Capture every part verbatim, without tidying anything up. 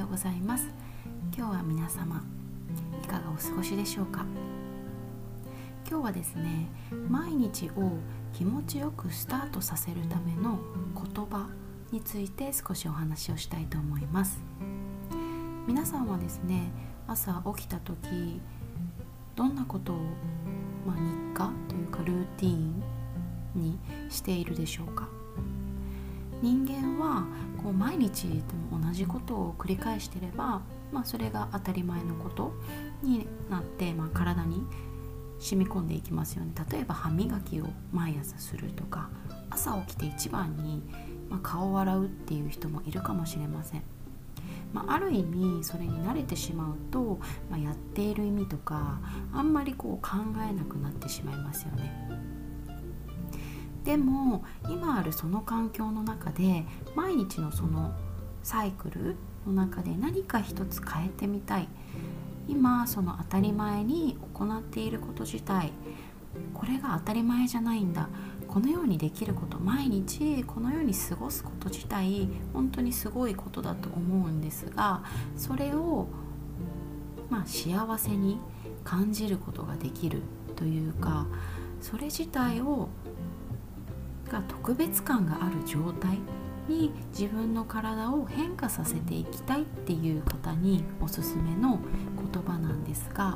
ようございます。今日は皆様いかがお過ごしでしょうか。今日はですね、毎日を気持ちよくスタートさせるための言葉について少しお話をしたいと思います。皆さんはですね、朝起きた時どんなことを、まあ、日課というかルーティーンにしているでしょうか。人間はこう毎日でも同じことを繰り返していれば、まあ、それが当たり前のことになって、まあ、体に染み込んでいきますよね。例えば歯磨きを毎朝するとか、朝起きて一番に、まあ、顔を洗うっていう人もいるかもしれません。まあ、ある意味それに慣れてしまうと、まあ、やっている意味とかあんまりこう考えなくなってしまいますよね。でも今あるその環境の中で毎日のそのサイクルの中で何か一つ変えてみたい、今その当たり前に行っていること自体、これが当たり前じゃないんだ、このようにできること、毎日このように過ごすこと自体本当にすごいことだと思うんですが、それをまあ幸せに感じることができるというか、それ自体をが特別感がある状態に自分の体を変化させていきたいっていう方におすすめの言葉なんですが、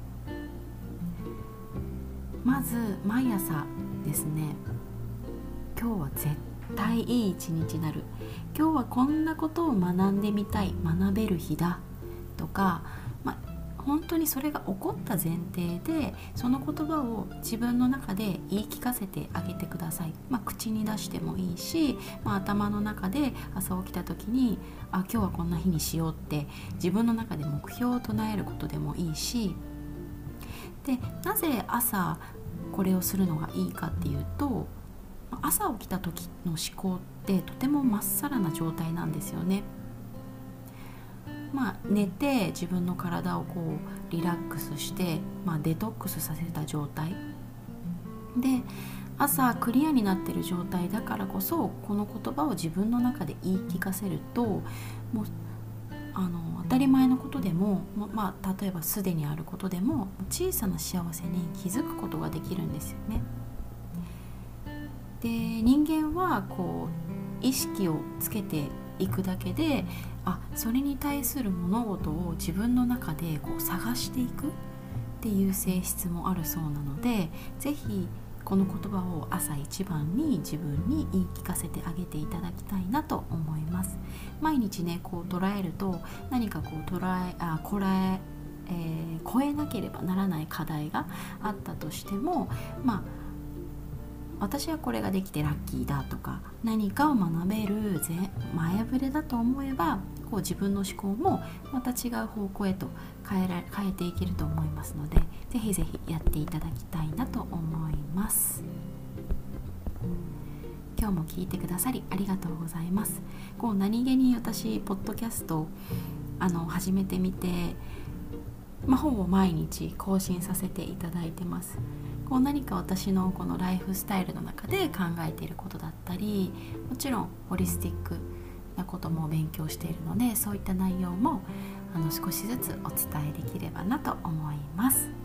まず毎朝ですね、今日は絶対いい一日になる、今日はこんなことを学んでみたい、学べる日だとか、まあ本当にそれが起こった前提でその言葉を自分の中で言い聞かせてあげてください。まあ、口に出してもいいし、まあ、頭の中で朝起きた時にあ今日はこんな日にしようって自分の中で目標を唱えることでもいいし、でなぜ朝これをするのがいいかっていうと、朝起きた時の思考ってとてもまっさらな状態なんですよね。まあ、寝て自分の体をこうリラックスして、まあ、デトックスさせた状態で、朝クリアになっている状態だからこそこの言葉を自分の中で言い聞かせると、もうあの当たり前のことでも、まあ、例えばすでにあることでも小さな幸せに気づくことができるんですよね。で人間はこう意識をつけていくだけで、あそれに対する物事を自分の中でこう探していくっていう性質もあるそうなので、ぜひこの言葉を朝一番に自分に言い聞かせてあげていただきたいなと思います。毎日ねこう捉えると、何かこう捉えあこらええー、超えなければならない課題があったとしても、まあ私はこれができてラッキーだとか、何かを学べる前触れだと思えば、こう自分の思考もまた違う方向へと変えられ、変えていけると思いますので、ぜひぜひやっていただきたいなと思います。今日も聞いてくださりありがとうございます。こう何気に私ポッドキャストをあの始めてみて、まあ、ほぼ毎日更新させていただいてます。こう何か私のこのライフスタイルの中で考えていることだったり、もちろんホリスティックなことも勉強しているので、そういった内容もあの少しずつお伝えできればなと思います。